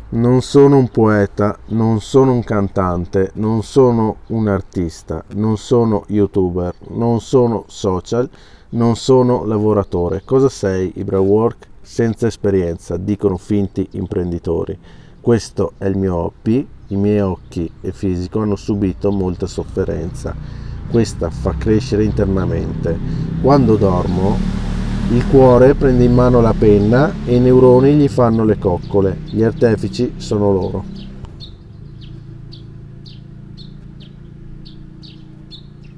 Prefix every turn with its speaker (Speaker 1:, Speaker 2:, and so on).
Speaker 1: Non sono un poeta, non sono un cantante, non sono un artista, non sono youtuber, non sono social, non sono lavoratore. Cosa sei, Ibra Work? Senza esperienza, dicono finti imprenditori. Questo è il mio hobby, i miei occhi e fisico hanno subito molta sofferenza. Questa fa crescere internamente. Quando dormo, il cuore prende in mano la penna e i neuroni gli fanno le coccole. Gli artefici sono loro.